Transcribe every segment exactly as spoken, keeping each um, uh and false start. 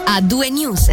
A due News.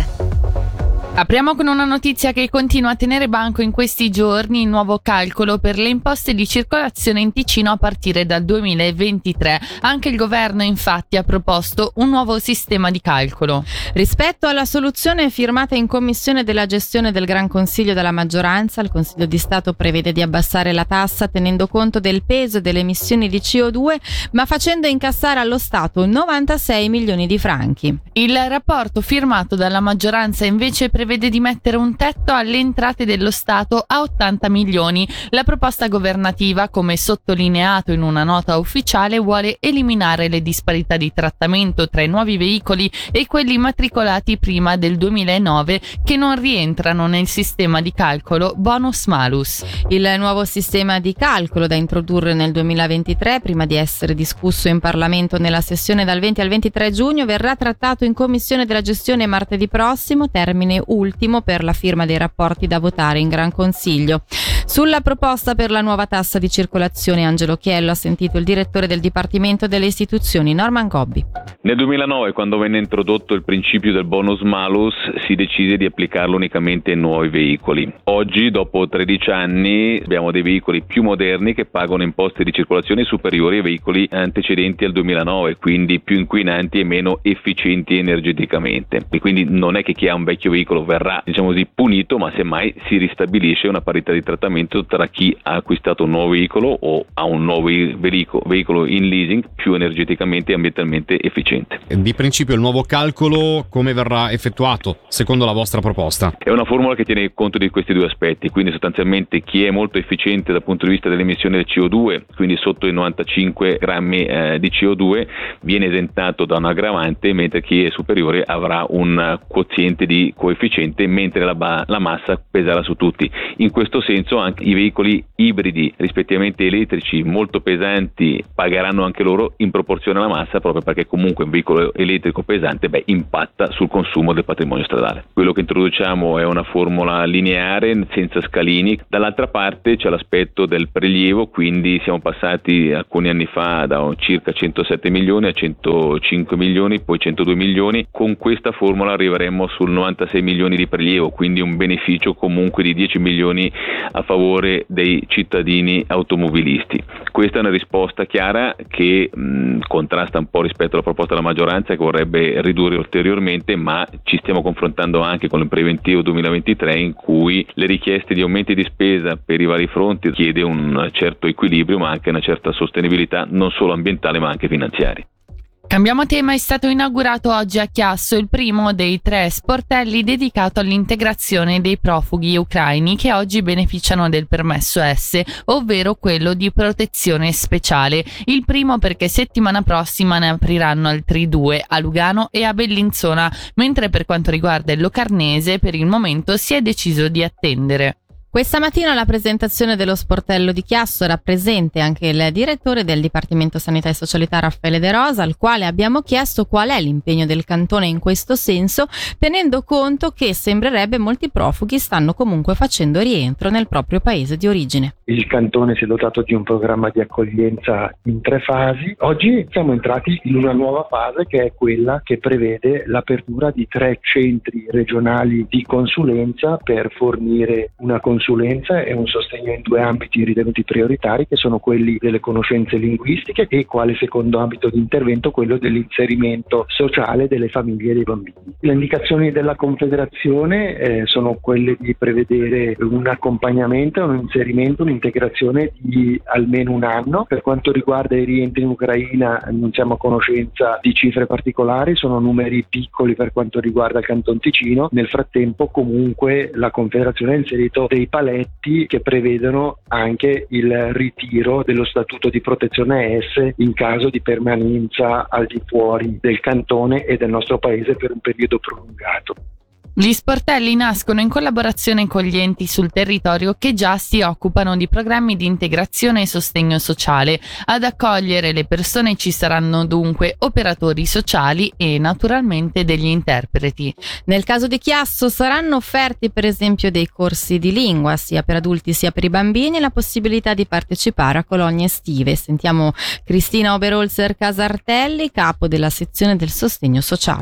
Apriamo con una notizia che continua a tenere banco in questi giorni: il nuovo calcolo per le imposte di circolazione in Ticino a partire dal duemilaventitré. Anche il governo infatti ha proposto un nuovo sistema di calcolo. Rispetto alla soluzione firmata in Commissione della gestione del Gran Consiglio dalla maggioranza, il Consiglio di Stato prevede di abbassare la tassa tenendo conto del peso e delle emissioni di C O due, ma facendo incassare allo Stato novantasei milioni di franchi. Il rapporto firmato dalla maggioranza invece prevede prevede di mettere un tetto alle entrate dello Stato a ottanta milioni. La proposta governativa, come sottolineato in una nota ufficiale, vuole eliminare le disparità di trattamento tra i nuovi veicoli e quelli immatricolati prima del duemilanove che non rientrano nel sistema di calcolo bonus-malus. Il nuovo sistema di calcolo da introdurre nel duemilaventitré, prima di essere discusso in Parlamento nella sessione dal venti al ventitré giugno, verrà trattato in Commissione della gestione martedì prossimo, termine ultimo per la firma dei rapporti da votare in Gran Consiglio. Sulla proposta per la nuova tassa di circolazione, Angelo Chiello ha sentito il direttore del Dipartimento delle Istituzioni, Norman Gobbi. Nel duemilanove, quando venne introdotto il principio del bonus-malus, si decise di applicarlo unicamente ai nuovi veicoli. Oggi, dopo tredici anni, abbiamo dei veicoli più moderni che pagano imposte di circolazione superiori ai veicoli antecedenti al duemilanove, quindi più inquinanti e meno efficienti energeticamente. E quindi non è che chi ha un vecchio veicolo verrà, diciamo così, punito, ma semmai si ristabilisce una parità di trattamento tra chi ha acquistato un nuovo veicolo o ha un nuovo veicolo in leasing più energeticamente e ambientalmente efficiente. Di principio il nuovo calcolo come verrà effettuato secondo la vostra proposta? È una formula che tiene conto di questi due aspetti, quindi sostanzialmente chi è molto efficiente dal punto di vista delle emissioni del C O due, quindi sotto i novantacinque grammi eh, di C O due, viene esentato da un aggravante, mentre chi è superiore avrà un quoziente di coefficiente, mentre la, ba- la massa peserà su tutti. In questo senso anche i veicoli ibridi, rispettivamente elettrici, molto pesanti, pagheranno anche loro in proporzione alla massa, proprio perché comunque un veicolo elettrico pesante beh, impatta sul consumo del patrimonio stradale. Quello che introduciamo è una formula lineare, senza scalini. Dall'altra parte c'è l'aspetto del prelievo, quindi siamo passati alcuni anni fa da circa centosette milioni a centocinque milioni, poi centodue milioni. Con questa formula arriveremo sul novantasei milioni di prelievo, quindi un beneficio comunque di dieci milioni a favore dei cittadini automobilisti. Questa è una risposta chiara che mh, contrasta un po' rispetto alla proposta della maggioranza, che vorrebbe ridurre ulteriormente, ma ci stiamo confrontando anche con il preventivo duemilaventitré, in cui le richieste di aumenti di spesa per i vari fronti chiede un certo equilibrio, ma anche una certa sostenibilità non solo ambientale ma anche finanziaria. Cambiamo tema. È stato inaugurato oggi a Chiasso il primo dei tre sportelli dedicato all'integrazione dei profughi ucraini che oggi beneficiano del permesso S, ovvero quello di protezione speciale. Il primo perché settimana prossima ne apriranno altri due, a Lugano e a Bellinzona, mentre per quanto riguarda il Locarnese per il momento si è deciso di attendere. Questa mattina alla presentazione dello sportello di Chiasso era presente anche il direttore del Dipartimento Sanità e Socialità, Raffaele De Rosa, al quale abbiamo chiesto qual è l'impegno del cantone in questo senso, tenendo conto che sembrerebbe molti profughi stanno comunque facendo rientro nel proprio paese di origine. Il cantone si è dotato di un programma di accoglienza in tre fasi. Oggi siamo entrati in una nuova fase che è quella che prevede l'apertura di tre centri regionali di consulenza per fornire una consulenza e un sostegno in due ambiti ritenuti prioritari, che sono quelli delle conoscenze linguistiche e quale secondo ambito di intervento quello dell'inserimento sociale delle famiglie e dei bambini. Le indicazioni della Confederazione eh, sono quelle di prevedere un accompagnamento, un inserimento, un'integrazione di almeno un anno. Per quanto riguarda i rientri in Ucraina non siamo a conoscenza di cifre particolari, sono numeri piccoli per quanto riguarda il Canton Ticino. Nel frattempo comunque la Confederazione ha inserito dei paletti che prevedono anche il ritiro dello statuto di protezione S in caso di permanenza al di fuori del cantone e del nostro paese per un periodo prolungato. Gli sportelli nascono in collaborazione con gli enti sul territorio che già si occupano di programmi di integrazione e sostegno sociale. Ad accogliere le persone ci saranno dunque operatori sociali e naturalmente degli interpreti. Nel caso di Chiasso saranno offerti per esempio dei corsi di lingua sia per adulti sia per i bambini e la possibilità di partecipare a colonie estive. Sentiamo Cristina Oberholzer Casartelli, capo della sezione del sostegno sociale.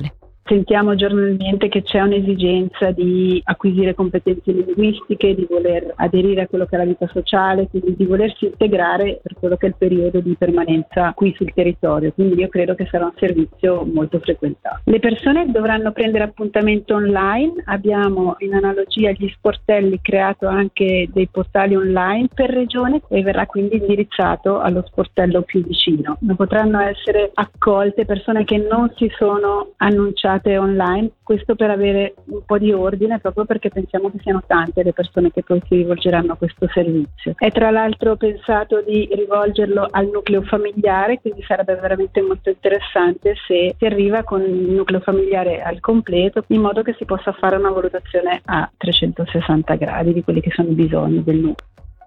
Sentiamo giornalmente che c'è un'esigenza di acquisire competenze linguistiche, di voler aderire a quello che è la vita sociale, quindi di volersi integrare per quello che è il periodo di permanenza qui sul territorio. Quindi io credo che sarà un servizio molto frequentato. Le persone dovranno prendere appuntamento online. Abbiamo in analogia agli sportelli creato anche dei portali online per regione e verrà quindi indirizzato allo sportello più vicino. Non potranno essere accolte persone che non si sono annunciate online, questo per avere un po' di ordine, proprio perché pensiamo che siano tante le persone che poi si rivolgeranno a questo servizio. È tra l'altro pensato di rivolgerlo al nucleo familiare, quindi sarebbe veramente molto interessante se si arriva con il nucleo familiare al completo, in modo che si possa fare una valutazione a trecentosessanta gradi di quelli che sono i bisogni del nucleo.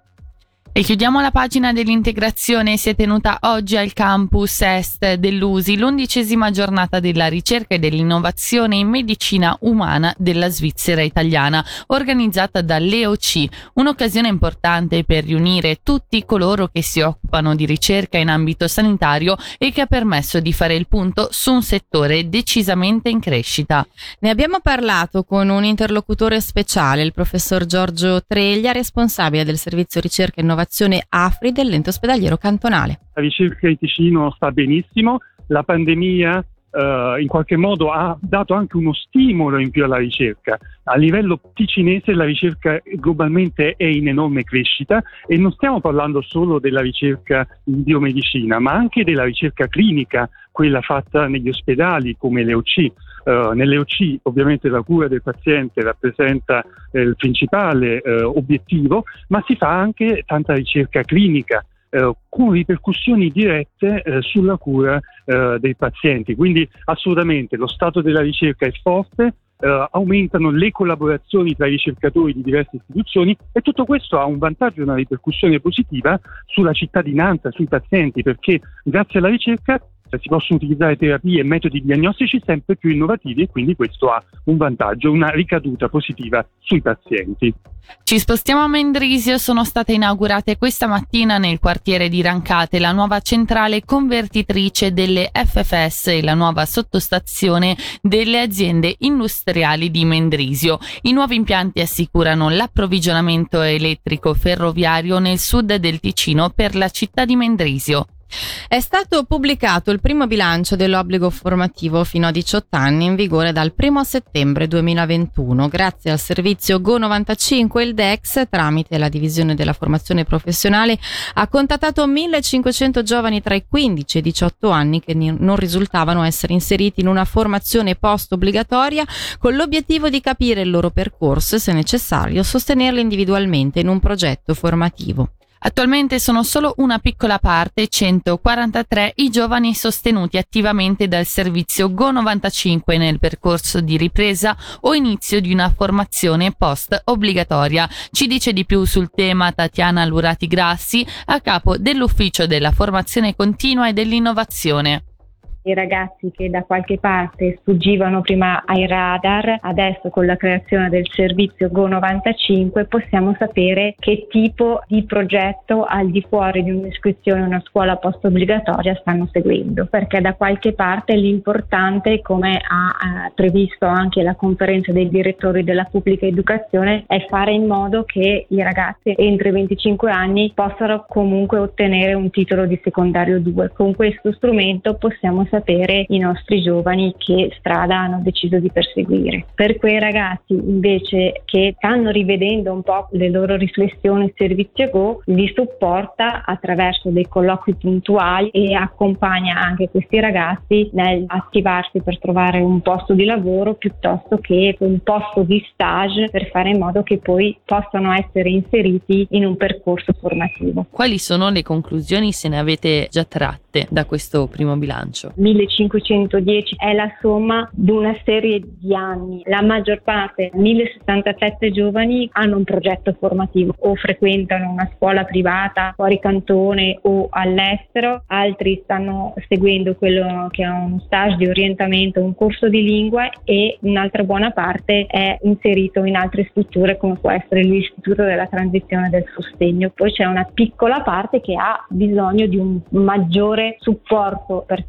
E chiudiamo la pagina dell'integrazione. Si è tenuta oggi al campus est dell'U S I l'undicesima giornata della ricerca e dell'innovazione in medicina umana della Svizzera italiana, organizzata dall'E O C, un'occasione importante per riunire tutti coloro che si occupano di ricerca in ambito sanitario e che ha permesso di fare il punto su un settore decisamente in crescita. Ne abbiamo parlato con un interlocutore speciale, il professor Giorgio Treglia, responsabile del servizio ricerca e innovazione A F R I dell'ente ospedaliero cantonale. La ricerca in Ticino sta benissimo, la pandemia eh, in qualche modo ha dato anche uno stimolo in più alla ricerca. A livello ticinese la ricerca globalmente è in enorme crescita e non stiamo parlando solo della ricerca in biomedicina, ma anche della ricerca clinica, quella fatta negli ospedali come l'E O C. Uh, nell'E O C ovviamente la cura del paziente rappresenta eh, il principale eh, obiettivo, ma si fa anche tanta ricerca clinica eh, con ripercussioni dirette eh, sulla cura eh, dei pazienti. Quindi assolutamente lo stato della ricerca è forte, eh, aumentano le collaborazioni tra i ricercatori di diverse istituzioni e tutto questo ha un vantaggio e una ripercussione positiva sulla cittadinanza, sui pazienti, perché grazie alla ricerca si possono utilizzare terapie e metodi diagnostici sempre più innovativi e quindi questo ha un vantaggio, una ricaduta positiva sui pazienti. Ci spostiamo a Mendrisio. Sono state inaugurate questa mattina nel quartiere di Rancate la nuova centrale convertitrice delle F F S e la nuova sottostazione delle aziende industriali di Mendrisio. I nuovi impianti assicurano l'approvvigionamento elettrico ferroviario nel sud del Ticino per la città di Mendrisio. È stato pubblicato il primo bilancio dell'obbligo formativo fino a diciotto anni in vigore dal primo settembre duemilaventuno. Grazie al servizio Go novantacinque il D E X, tramite la divisione della formazione professionale, ha contattato millecinquecento giovani tra i quindici e i diciotto anni che non risultavano essere inseriti in una formazione post obbligatoria, con l'obiettivo di capire il loro percorso e, se necessario, sostenerli individualmente in un progetto formativo. Attualmente sono solo una piccola parte, centoquarantatré, i giovani sostenuti attivamente dal servizio Go novantacinque nel percorso di ripresa o inizio di una formazione post obbligatoria. Ci dice di più sul tema Tatiana Lurati Grassi, a capo dell'Ufficio della Formazione Continua e dell'Innovazione. I ragazzi che da qualche parte sfuggivano prima ai radar, adesso con la creazione del servizio Go novantacinque possiamo sapere che tipo di progetto al di fuori di un'iscrizione a una scuola post obbligatoria stanno seguendo, perché da qualche parte l'importante, come ha eh, previsto anche la conferenza dei direttori della pubblica educazione, è fare in modo che i ragazzi entro i venticinque anni possano comunque ottenere un titolo di secondario due. Con questo strumento possiamo sapere sapere i nostri giovani che strada hanno deciso di perseguire. Per quei ragazzi invece che stanno rivedendo un po' le loro riflessioni, il servizio Go li supporta attraverso dei colloqui puntuali e accompagna anche questi ragazzi nel attivarsi per trovare un posto di lavoro piuttosto che un posto di stage, per fare in modo che poi possano essere inseriti in un percorso formativo. Quali sono le conclusioni, se ne avete già tratte, da questo primo bilancio? millecinquecentodieci è la somma di una serie di anni. La maggior parte, millesettantasette giovani, hanno un progetto formativo o frequentano una scuola privata fuori cantone o all'estero, altri stanno seguendo quello che è uno stage di orientamento, un corso di lingua, e un'altra buona parte è inserito in altre strutture come può essere l'Istituto della Transizione del Sostegno. Poi c'è una piccola parte che ha bisogno di un maggiore supporto per fare in modo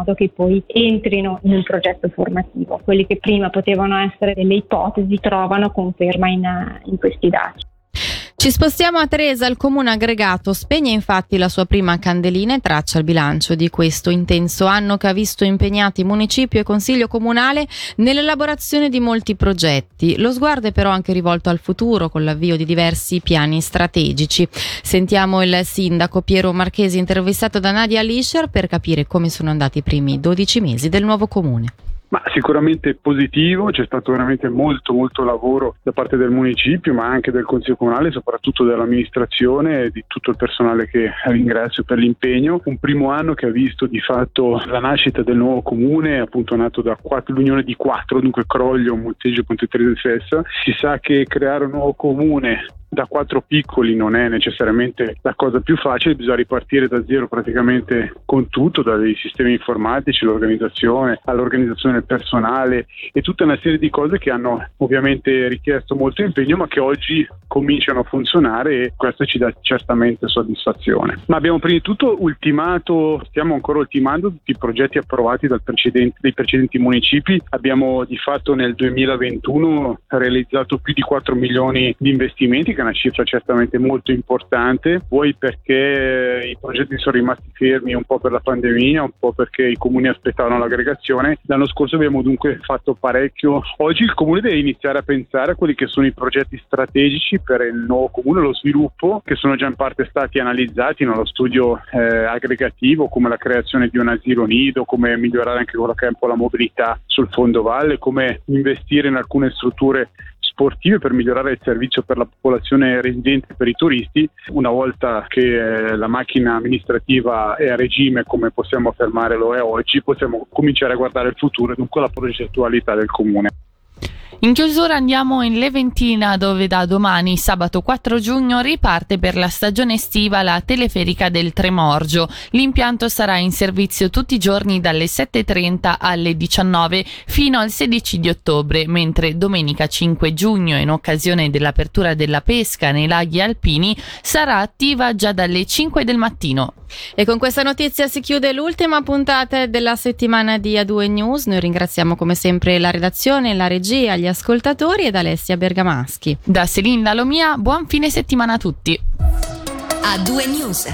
modo che poi entrino in un progetto formativo. Quelli che prima potevano essere delle ipotesi trovano conferma in, in questi dati. Ci spostiamo a Tresa. Il comune aggregato spegne infatti la sua prima candelina e traccia il bilancio di questo intenso anno che ha visto impegnati municipio e consiglio comunale nell'elaborazione di molti progetti. Lo sguardo è però anche rivolto al futuro con l'avvio di diversi piani strategici. Sentiamo il sindaco Piero Marchesi intervistato da Nadia Lischer per capire come sono andati i primi dodici mesi del nuovo comune. Ma sicuramente positivo, c'è stato veramente molto molto lavoro da parte del municipio, ma anche del Consiglio Comunale, soprattutto dell'amministrazione e di tutto il personale che ringrazio per l'impegno. Un primo anno che ha visto di fatto la nascita del nuovo comune, appunto nato da quattro, l'unione di quattro, dunque Croglio, Monteggio, Ponte Tresa e Sessa. Si sa che creare un nuovo comune da quattro piccoli non è necessariamente la cosa più facile, bisogna ripartire da zero praticamente con tutto, dai sistemi informatici, l'organizzazione, all'organizzazione del personale e tutta una serie di cose che hanno ovviamente richiesto molto impegno ma che oggi cominciano a funzionare e questo ci dà certamente soddisfazione. Ma abbiamo prima di tutto ultimato, stiamo ancora ultimando tutti i progetti approvati dal precedente, dai precedenti municipi. Abbiamo di fatto nel duemilaventuno realizzato più di quattro milioni di investimenti, che è una cifra certamente molto importante, vuoi perché i progetti sono rimasti fermi un po' per la pandemia, un po' perché i comuni aspettavano l'aggregazione. L'anno scorso abbiamo dunque fatto parecchio. Oggi il comune deve iniziare a pensare a quelli che sono i progetti strategici per il nuovo comune, lo sviluppo, che sono già in parte stati analizzati nello studio eh, aggregativo, come la creazione di un asilo nido, come migliorare anche quello che è un po' la mobilità sul fondovalle, come investire in alcune strutture sportive per migliorare il servizio per la popolazione residente e per i turisti. Una volta che eh, la macchina amministrativa è a regime, come possiamo affermare lo è oggi, possiamo cominciare a guardare il futuro e dunque la progettualità del comune. In chiusura andiamo in Leventina, dove da domani, sabato quattro giugno, riparte per la stagione estiva la teleferica del Tremorgio. L'impianto sarà in servizio tutti i giorni dalle sette e trenta alle diciannove fino al sedici di ottobre, mentre domenica cinque giugno, in occasione dell'apertura della pesca nei laghi alpini, sarà attiva già dalle cinque del mattino. E con questa notizia si chiude l'ultima puntata della settimana di A due News. Noi ringraziamo come sempre la redazione, la regia, gli ascoltatori ed Alessia Bergamaschi. Da Selin Lalomia, buon fine settimana a tutti. A due News.